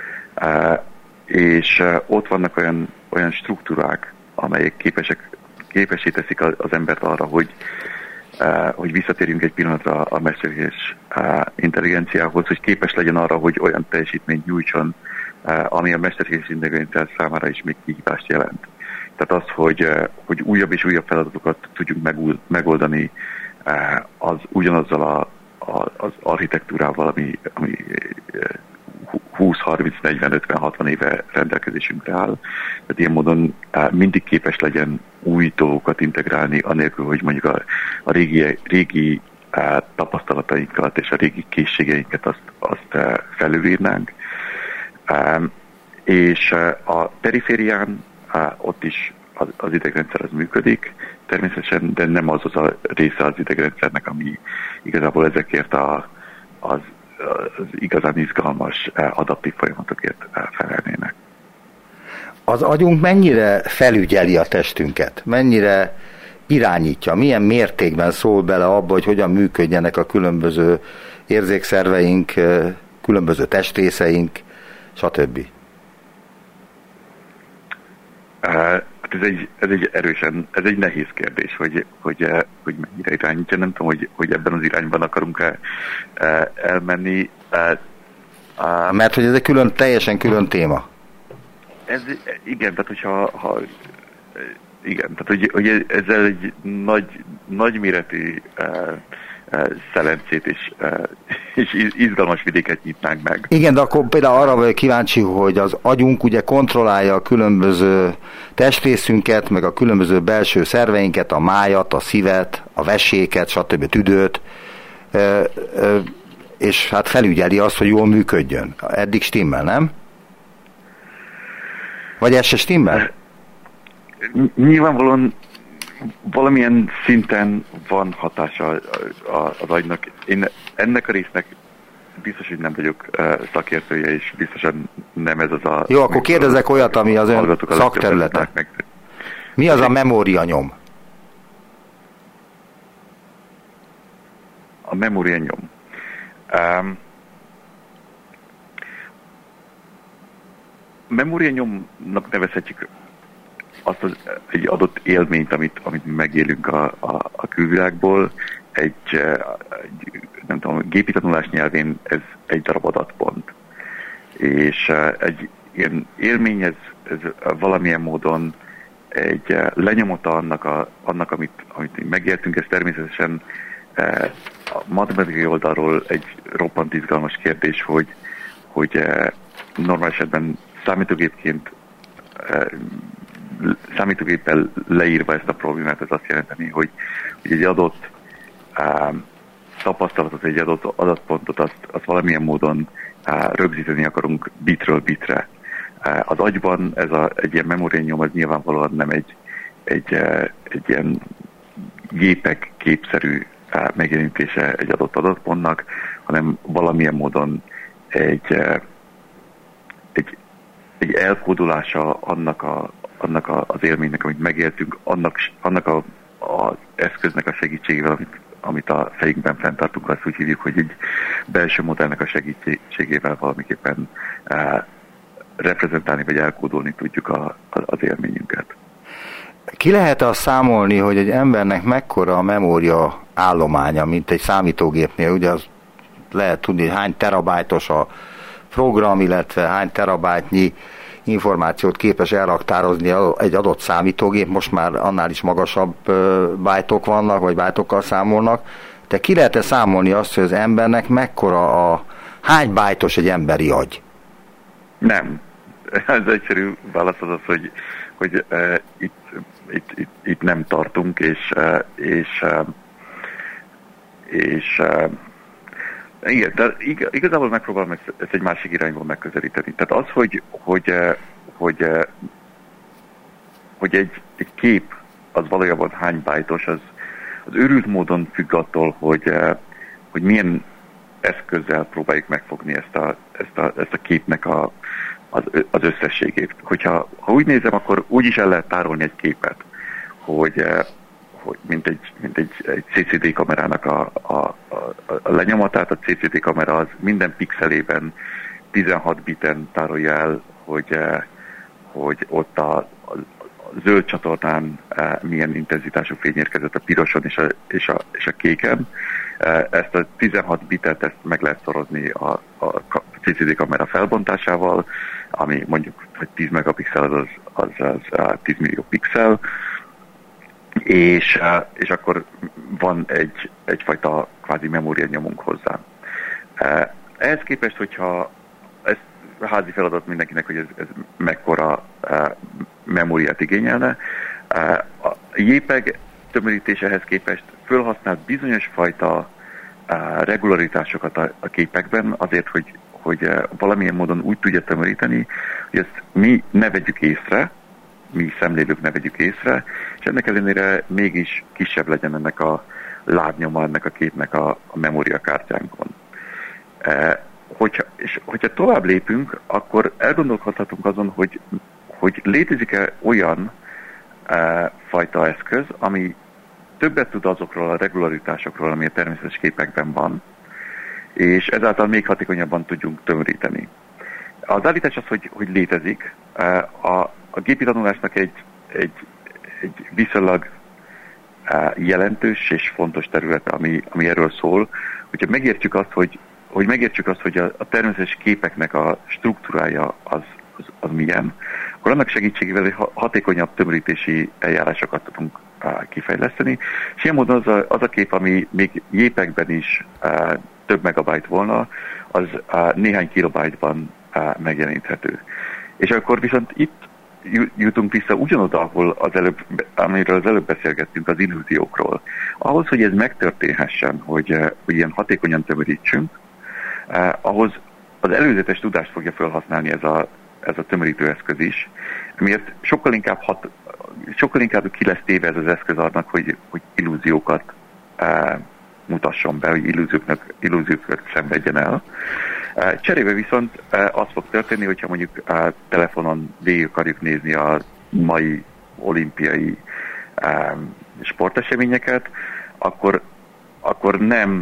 és ott vannak olyan, olyan struktúrák, amelyek képesek, képessé teszik az embert arra, hogy Uh, hogy visszatérjünk egy pillanatra a mesterséges uh, intelligenciához, hogy képes legyen arra, hogy olyan teljesítményt nyújtson, uh, ami a mesterséges intelligencia számára is még kihívást jelent. Tehát az, hogy, uh, hogy újabb és újabb feladatokat tudjunk megoldani, uh, az ugyanazzal a, a, az architektúrával, ami, ami húsz, harminc, negyven, ötven, hatvan éve rendelkezésünkre áll. Tehát ilyen módon mindig képes legyen új dolgokat integrálni, anélkül, hogy mondjuk a, a régi, régi tapasztalatainkat és a régi készségeinket azt, azt felülírnánk. És a periférián ott is az, az idegrendszer az működik, természetesen, de nem az az a része az idegrendszernek, ami igazából ezekért a, az az igazán izgalmas adaptív folyamatokért felelnének. Az agyunk mennyire felügyeli a testünket? Mennyire irányítja? Milyen mértékben szól bele abba, hogy hogyan működjenek a különböző érzékszerveink, különböző testrészeink, stb.? Hát ez egy, ez egy erősen, ez egy nehéz kérdés, hogy, hogy, hogy mennyire irányítja. Nem tudom, hogy, hogy ebben az irányban akarunk elmenni. Mert hogy ez egy külön, teljesen külön téma. Ez, igen, tehát hogyha ha, igen, tehát hogy, hogy ezzel egy nagy, nagyméretű szelencét és, és izgalmas vidéket nyitnánk meg. Igen, de akkor például arra vagyok kíváncsi, hogy az agyunk ugye kontrollálja a különböző testrészünket, meg a különböző belső szerveinket, a májat, a szívet, a veséket, stb. Tüdőt, és hát felügyeli azt, hogy jól működjön. Eddig stimmel, nem? Vagy ez se stimmel? Nyilvánvalóan valamilyen szinten van hatása az agynak. Én ennek a résznek biztos, hogy nem vagyok szakértője, és biztosan nem ez az a... Jó, akkor kérdezek olyat, ami az ön szakterülete. Mi az a memórianyom? memórianyom. Um, memórianyomnak nevezhetjük azt az, egy adott élményt, amit, amit megélünk a, a, a külvilágból. Egy, egy, nem tudom, gépi tanulás nyelvén ez egy darab adatpont. És egy ilyen élmény, ez, ez valamilyen módon egy lenyomata annak, a, annak amit, amit megértünk. Ez természetesen a matematikai oldalról egy roppant izgalmas kérdés, hogy, hogy normál esetben számítógépként számítógéppel leírva ezt a problémát, ez azt jelenteni, hogy, hogy egy adott um, tapasztalatot, egy adott adatpontot, azt, azt valamilyen módon uh, rögzíteni akarunk bitről bitre. Uh, az agyban ez a, egy ilyen memórianyom, az nyilvánvalóan nem egy, egy, uh, egy ilyen gépek képszerű uh, megjelenítése egy adott adatpontnak, hanem valamilyen módon egy, uh, egy, egy elkódolása annak a annak a, az élménynek, amit megéltünk, annak, annak a, az eszköznek a segítségével, amit, amit a fejünkben fenntartunk, azt úgy hívjuk, hogy egy belső modellnek a segítségével valamiképpen uh, reprezentálni vagy elkódolni tudjuk a, a, az élményünket. Ki lehet azt számolni, hogy egy embernek mekkora a memória állománya, mint egy számítógépnél? Ugye az lehet tudni, hány terabájtos a program, illetve hány terabájtnyi információt képes elraktározni egy adott számítógép, most már annál is magasabb bájtok vannak, vagy bájtokkal számolnak. De ki lehet-e számolni azt, hogy az embernek mekkora a... hány bájtos egy emberi agy? Nem. Ez egyszerű válasz az az, hogy, hogy uh, itt, itt, itt, itt nem tartunk, és, uh, és, uh, és uh, igen, de igazából megpróbálom ezt, ezt egy másik irányból megközelíteni. Tehát az, hogy, hogy, hogy, hogy egy, egy kép az valójában hány bájtos, az, az őrült módon függ attól, hogy, hogy milyen eszközzel próbáljuk megfogni ezt a, ezt a, ezt a képnek a, az, az összességét. Hogyha ha úgy nézem, akkor úgy is el lehet tárolni egy képet, hogy hogy mint egy, mint egy, egy cé cé dé kamerának a, a, a, a lenyomatát, a cé cé dé kamera az minden pixelében tizenhat biten tárolja el, hogy, hogy ott a, a zöld csatornán milyen intenzitású fény érkezett a piroson és a, és a, és a kéken. Ezt a tizenhat bitet ezt meg lehet szorozni a, a cé cé dé kamera felbontásával, ami mondjuk hogy tíz megapixel az, az, az tíz millió pixel, És, és akkor van egy, egyfajta kvázi memórianyomunk hozzá. Ehhez képest, hogyha ez házi feladat mindenkinek, hogy ez, ez mekkora memóriát igényelne, a JPEG tömörítéséhez képest fölhasznált bizonyos fajta regularitásokat a, a képekben azért, hogy, hogy valamilyen módon úgy tudja tömöríteni, hogy ezt mi ne vegyük észre, mi szemlélők ne vegyük észre, és ennek ellenére mégis kisebb legyen ennek a lábnyoma, ennek a képnek a, a memóriakártyánkon. E, hogyha, és hogyha tovább lépünk, akkor elgondolkodhatunk azon, hogy, hogy létezik-e olyan e, fajta eszköz, ami többet tud azokról a regularitásokról, ami a természetes képekben van, és ezáltal még hatékonyabban tudjunk tömöríteni. Az állítás az, hogy, hogy létezik. A, a gépi tanulásnak egy, egy, egy viszonylag jelentős és fontos területe, ami, ami erről szól, hogyha megértjük azt, hogy, hogy megértjük azt, hogy a, a természetes képeknek a struktúrája az, az, az milyen, akkor annak segítségével hatékonyabb tömörítési eljárásokat tudunk kifejleszteni. És ilyen módon az a, az a kép, ami még jépekben is több megabyte volna, az néhány kilobájtban megjeleníthető. És akkor viszont itt jutunk vissza ugyanoda, ahol az előbb, amiről az előbb beszélgettünk, az illúziókról. Ahhoz, hogy ez megtörténhessen, hogy, hogy ilyen hatékonyan tömörítsünk, eh, ahhoz az előzetes tudást fogja felhasználni ez a, ez a tömörítőeszköz is, miért sokkal inkább, hat, sokkal inkább ki lesz téve ez az eszköz annak, hogy, hogy illúziókat eh, mutasson be, hogy illúzióknak, illúziókat szenvedjen el. Cserébe viszont az fog történni, hogyha mondjuk a telefonon végig akarjuk nézni a mai olimpiai um, sporteseményeket, akkor, akkor nem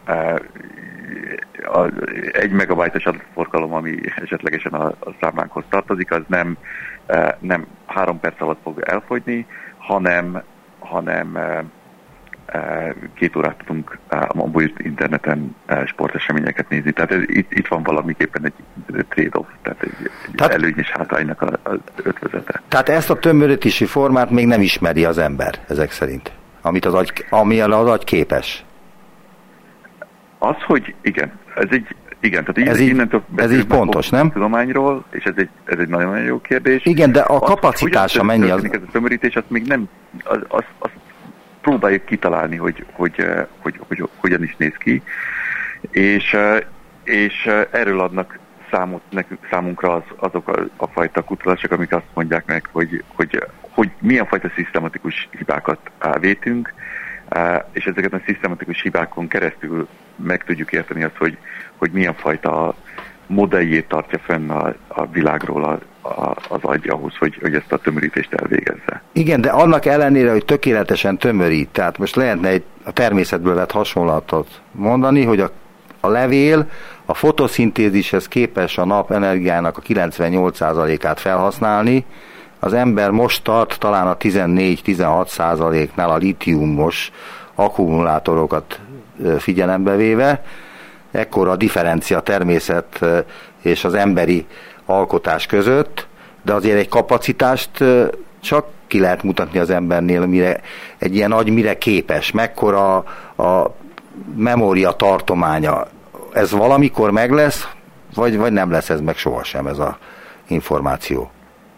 egy megabájtos adatforgalom, ami esetlegesen a, a számlánkhoz tartozik, az nem, nem három perc alatt fog elfogyni, hanem, hanem két órát tudunk a mobil interneten sporteseményeket nézni. Tehát ez, itt, itt van valamiképpen egy trade-off, tehát egy, egy tehát, előnyös hátránynak az ötvözete. Tehát ezt a tömörítési formát még nem ismeri az ember, ezek szerint, amit az agy, amilyen az agy képes. Az, hogy igen, ez egy igen, tehát ez így, ez így pontos, nem? Tudományról, és ez egy, ez egy nagyon-nagyon jó kérdés. Igen, de a az, kapacitása mennyi az? Ez a tömörítés, azt még nem, az, az, az próbáljuk kitalálni, hogy, hogy, hogy, hogy, hogy hogyan is néz ki, és, és erről adnak számot nekünk, számunkra az, azok a, a fajta kutatások, amik azt mondják meg, hogy, hogy, hogy milyen fajta szisztematikus hibákat vétünk, és ezeket a szisztematikus hibákon keresztül meg tudjuk érteni azt, hogy, hogy milyen fajta modelljét tartja fenn a, a világról a, a, az agy ahhoz, hogy, hogy ezt a tömörítést elvégezze. Igen, de annak ellenére, hogy tökéletesen tömörít, tehát most lehetne egy a természetből vett hasonlatot mondani, hogy a, a levél a fotoszintézishez képes a nap energiának a kilencvennyolc százalékát felhasználni, az ember most tart talán a tizennégy-tizenhat százaléknál a litiumos akkumulátorokat figyelembe véve, ekkora a differencia természet és az emberi alkotás között, de azért egy kapacitást csak ki lehet mutatni az embernél, mire egy ilyen agy mire képes, mekkora a memória tartománya. Ez valamikor meg lesz, vagy, vagy nem lesz ez meg sohasem ez az információ?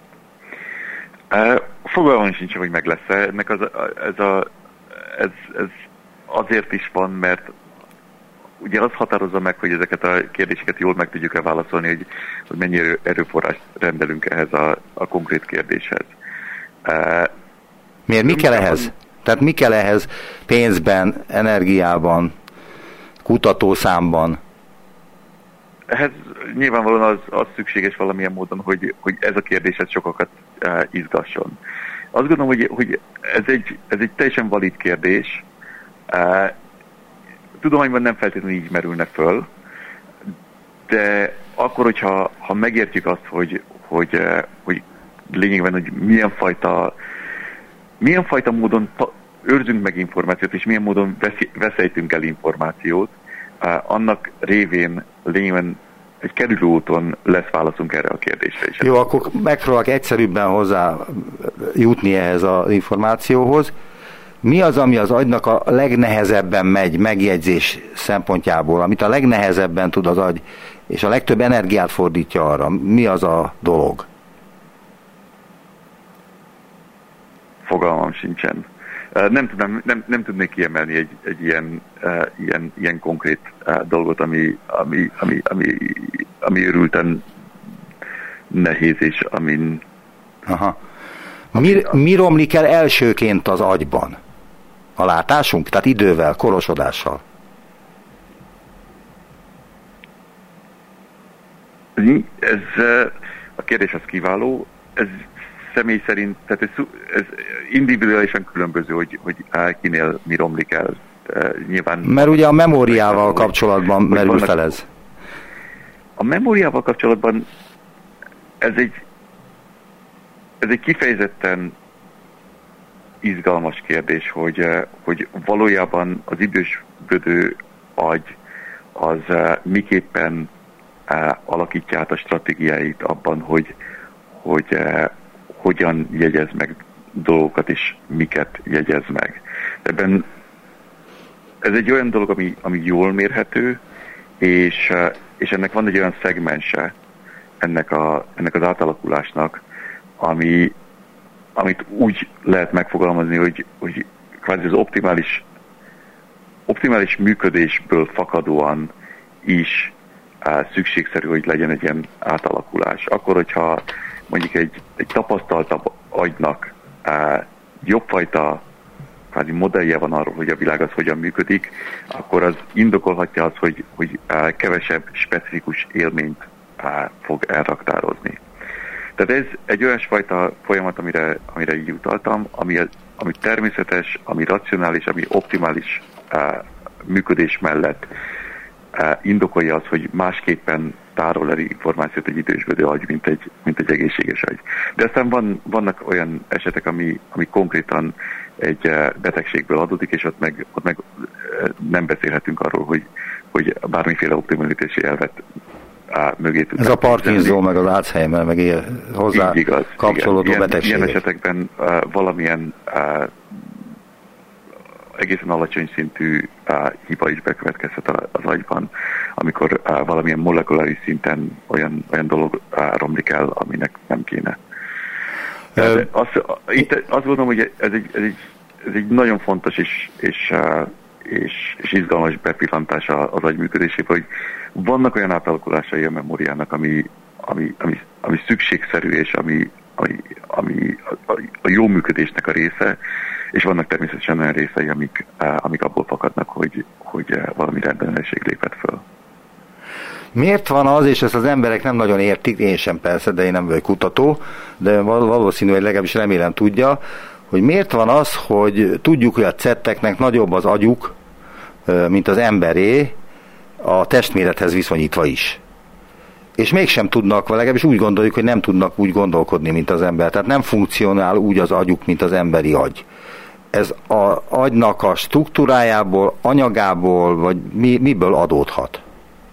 Fogalmam sincs, hogy meg lesz. Ennek az, ez, a, ez, ez azért is van, mert ugye az határozza meg, hogy ezeket a kérdéseket jól meg tudjuk-e válaszolni, hogy, hogy mennyi erő, erőforrást rendelünk ehhez a, a konkrét kérdéshez. Miért? Mi kell ehhez? Tehát mi kell ehhez pénzben, energiában, kutatószámban? Ehhez nyilvánvalóan az, az szükséges valamilyen módon, hogy, hogy ez a kérdés ez sokakat uh, izgasson. Azt gondolom, hogy, hogy ez, egy, ez egy teljesen valid kérdés. Uh, tudományban nem feltétlenül így merülne föl, de akkor, hogyha ha megértjük azt, hogy, hogy, uh, hogy lényegben, hogy milyen fajta, milyen fajta módon ta- őrzünk meg információt, és milyen módon vesz- veszejtünk el információt, uh, annak révén lényegben egy kerülő úton lesz válaszunk erre a kérdésre is. Jó, akkor megpróbálok egyszerűbben hozzá jutni ehhez az információhoz. Mi az, ami az agynak a legnehezebben megy megjegyzés szempontjából, amit a legnehezebben tud az agy, és a legtöbb energiát fordítja arra? Mi az a dolog? Fogalmam sincsen. Nem, tudom, nem, nem tudnék kiemelni egy, egy ilyen, uh, ilyen, ilyen konkrét uh, dolgot, ami, ami, ami, ami, ami örülten nehéz, és amin... Aha. Mi, mi romlik el elsőként az agyban? A látásunk? Tehát idővel, korosodással? Ez, a kérdés az kiváló. Ez személy szerint, tehát ez, ez individuálisan különböző, hogy, hogy kinél mi romlik el. Nyilván, mert ugye a memóriával kapcsolatban merül fel ez. A memóriával kapcsolatban ez egy, ez egy kifejezetten izgalmas kérdés, hogy, hogy valójában az idősödő agy az miképpen alakítja át a stratégiáit abban, hogy, hogy hogyan jegyez meg dolgokat, és miket jegyez meg. Ebben ez egy olyan dolog, ami, ami jól mérhető, és, és ennek van egy olyan szegmense ennek, a, ennek az átalakulásnak, ami, amit úgy lehet megfogalmazni, hogy, hogy kvázi az optimális, optimális működésből fakadóan is uh, szükségszerű, hogy legyen egy ilyen átalakulás. Akkor, hogyha mondjuk egy, egy tapasztaltabb agynak uh, jobbfajta kvázi modellje van arról, hogy a világ az hogyan működik, akkor az indokolhatja azt, hogy, hogy uh, kevesebb specifikus élményt uh, fog elraktározni. Tehát ez egy olyasfajta folyamat, amire, amire így utaltam, ami, ami természetes, ami racionális, ami optimális uh, működés mellett indokolja az, hogy másképpen tárol el információt egy idősödő agy, mint egy, mint egy egészséges agy. De aztán van, vannak olyan esetek, ami, ami konkrétan egy betegségből adódik, és ott meg, ott meg nem beszélhetünk arról, hogy, hogy bármiféle optimalitási elvet mögé tud. Ez a Parkinson, meg az Alzheimer, meg él, hozzá igaz, kapcsolódó igen. betegségek. Ilyen esetekben uh, valamilyen uh, egészen alacsony szintű uh, hiba is bekövetkezhet az agyban, amikor uh, valamilyen molekuláris szinten olyan, olyan dolog uh, romlik el, aminek nem kéne. De azt, itt azt gondolom, hogy ez egy, ez egy, ez egy nagyon fontos és, és, uh, és, és izgalmas bepillantás az agy működésében, hogy vannak olyan átalakulásai a memóriának, ami, ami, ami, ami szükségszerű, és ami, ami, ami a, a jó működésnek a része, és vannak természetesen olyan részei, amik, amik abból fakadnak, hogy, hogy valami rendellenesség lépett föl. Miért van az, és ezt az emberek nem nagyon értik, én sem persze, de én nem vagyok kutató, de valószínű, hogy legalábbis remélem tudja, hogy miért van az, hogy tudjuk, hogy a cetteknek nagyobb az agyuk, mint az emberé, a testmérethez viszonyítva is. És mégsem tudnak, vagy legalábbis úgy gondoljuk, hogy nem tudnak úgy gondolkodni, mint az ember. Tehát nem funkcionál úgy az agyuk, mint az emberi agy. Ez az agynak a struktúrájából, anyagából, vagy mi, miből adódhat?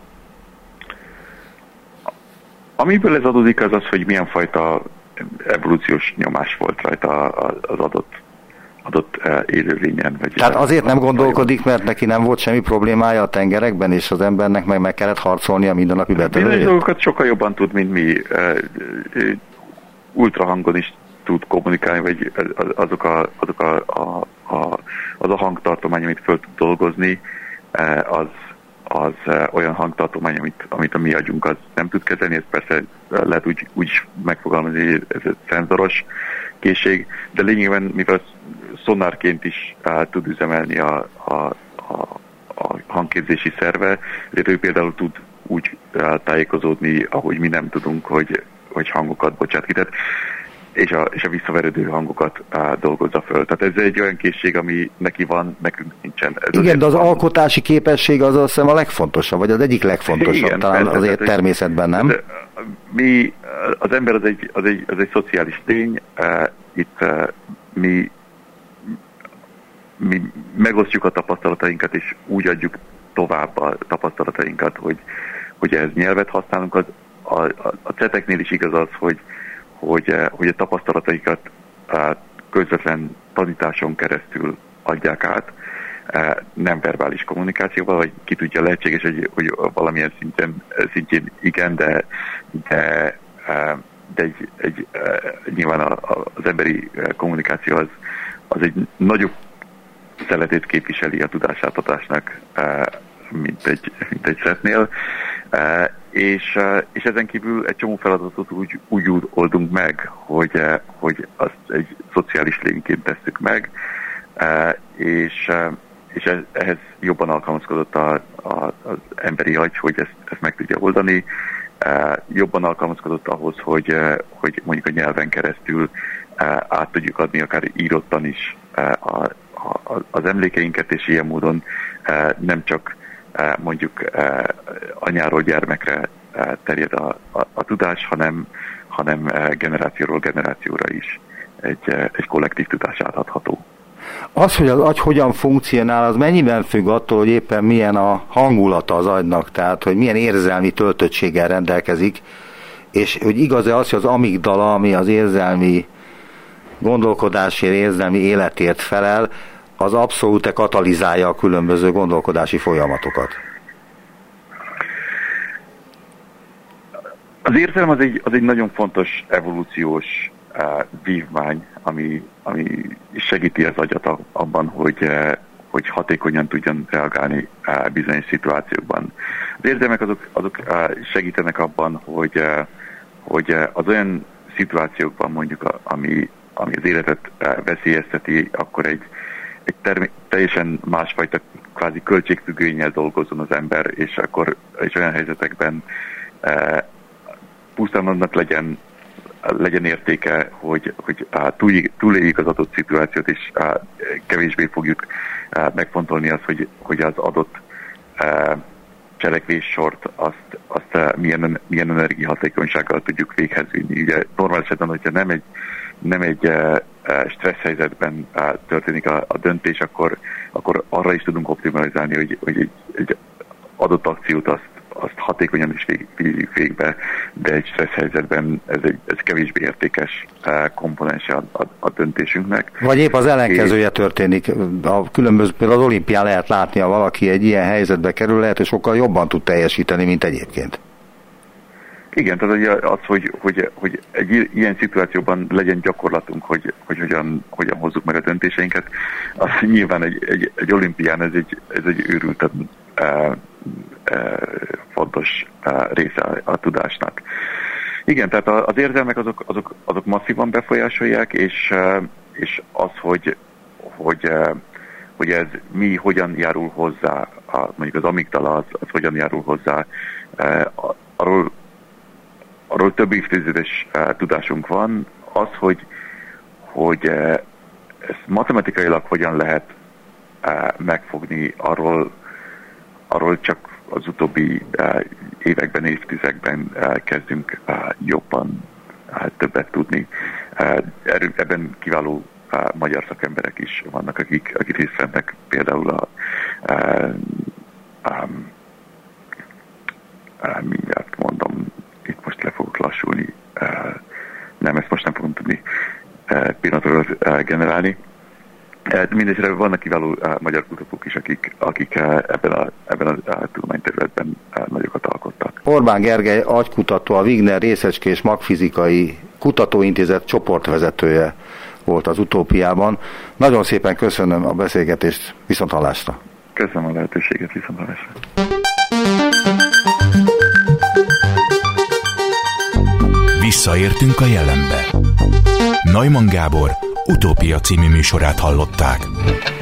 Amiből ez adódik, az az, hogy milyen fajta evolúciós nyomás volt rajta az adott adott élőlényen. Vagy Tehát azért nem gondolkodik, mert neki nem volt semmi problémája a tengerekben, és az embernek meg meg kellett harcolni a mindennapi betegségért? Bizonyos dolgokat sokkal jobban tud, mint mi. Ultrahangon is tud kommunikálni, vagy azok a, azok a, a, a, az a hangtartomány, amit föl tud dolgozni, az, az olyan hangtartomány, amit, amit a mi agyunk az nem tud kezelni, ez persze lehet úgy, úgy megfogalmazni, hogy ez egy szenzoros készség, de lényegében, mivel szonárként is uh, tud üzemelni a, a, a, a hangképzési szerve, ezért ő például tud úgy uh, tájékozódni, ahogy mi nem tudunk, hogy, hogy hangokat bocsát ki, tehát, és, a, és a visszaverődő hangokat uh, dolgozza föl. Tehát ez egy olyan készség, ami neki van, nekünk nincsen. Ez igen, de az van. Alkotási képesség az azt hiszem a legfontosabb, vagy az egyik legfontosabb, igen, talán persze, azért tehát, természetben, nem? De, mi, az ember az egy, az egy, az egy szociális lény, uh, itt uh, mi mi megosztjuk a tapasztalatainkat, és úgy adjuk tovább a tapasztalatainkat, hogy, hogy ehhez nyelvet használunk. Az, a, a, a ceteknél is igaz az, hogy, hogy, hogy a tapasztalataikat közvetlen tanításon keresztül adják át, nem verbális kommunikációval, vagy ki tudja, lehetséges, hogy, hogy valamilyen szinten, szintjén igen, de, de, de egy, egy, nyilván az emberi kommunikáció az, az egy nagyobb szeletét képviseli a tudásátadásnak, mint egy, mint egy szetnél, és, és ezen kívül egy csomó feladatot úgy, úgy oldunk meg, hogy, hogy azt egy szociális lényként tesszük meg, és, és ehhez jobban alkalmazkodott a, a, az emberi agy, hogy ezt, ezt meg tudja oldani, jobban alkalmazkodott ahhoz, hogy, hogy mondjuk a nyelven keresztül át tudjuk adni akár írottan is a az emlékeinket, és ilyen módon nem csak mondjuk anyáról gyermekre terjed a, a, a tudás, hanem, hanem generációról generációra is egy, egy kollektív tudás átadható. Az, hogy az agy hogyan funkcionál, az mennyiben függ attól, hogy éppen milyen a hangulata az agynak, tehát hogy milyen érzelmi töltöttséggel rendelkezik, és hogy igaz-e az, hogy az amigdala, ami az érzelmi gondolkodásért, érzelmi életért felel, az abszolút katalizálja a különböző gondolkodási folyamatokat. Az érzelem az egy, az egy nagyon fontos evolúciós uh, vívmány, ami, ami segíti az agyat abban, hogy, uh, hogy hatékonyan tudjon reagálni uh, bizonyos szituációkban. Az érzelmek azok, azok uh, segítenek abban, hogy, uh, hogy uh, az olyan szituációkban mondjuk, ami ami az életet veszélyezteti, akkor egy, egy term- teljesen másfajta kvázi költségfüggvényel dolgozzon az ember, és akkor és olyan helyzetekben e, pusztán annak legyen legyen értéke, hogy, hogy túléljük az adott szituációt, és kevésbé fogjuk megfontolni azt, hogy, hogy az adott cselekvéssort, azt, azt milyen, milyen energiahatékonysággal tudjuk véghez vinni. Ugye normál esetben, hogyha nem egy, nem egy stressz helyzetben történik a, a döntés, akkor, akkor arra is tudunk optimalizálni, hogy, hogy egy, egy adott akciót azt, azt hatékonyan is vigyük végbe, de egy stressz helyzetben ez, egy, ez kevésbé értékes komponense a, a, a döntésünknek. Vagy épp az ellenkezője történik. A különböző, például az olimpián lehet látni, ha valaki egy ilyen helyzetbe kerül, lehet, hogy sokkal jobban tud teljesíteni, mint egyébként. Igen, tehát az, hogy, hogy, hogy egy ilyen szituációban legyen gyakorlatunk, hogy, hogy hogyan, hogyan hozzuk meg a döntéseinket, az nyilván egy, egy, egy olimpián ez egy, ez egy őrülten uh, uh, fontos uh, része a, a tudásnak. Igen, tehát az érzelmek azok, azok, azok masszívan befolyásolják, és, uh, és az, hogy, hogy, uh, hogy ez mi hogyan járul hozzá, a, mondjuk az amigdala, az, az hogyan járul hozzá, uh, arról Arról több évtizedes uh, tudásunk van, az, hogy, hogy uh, ezt matematikailag hogyan lehet uh, megfogni, arról, arról csak az utóbbi uh, években, évtizedekben uh, kezdünk uh, jobban uh, többet tudni. Uh, ebben kiváló uh, magyar szakemberek is vannak, akik, akik részt vennek például a uh, um, uh, mindjárt mondom, itt most le fogok lassulni, uh, nem, ezt most nem fogom tudni uh, pillanatról uh, generálni. Uh, Mindenesetre vannak kiváló uh, magyar kutatók is, akik, akik uh, ebben a, ebben a uh, tudományterületben uh, nagyokat alkottak. Orbán Gergely agykutató, a Wigner Részecskés Magfizikai Kutatóintézet csoportvezetője volt az Utópiában. Nagyon szépen köszönöm a beszélgetést, viszonthallásra. Köszönöm a lehetőséget, viszonthallásra. Visszaértünk a jelenbe. Neumann Gábor Utópia című műsorát hallották.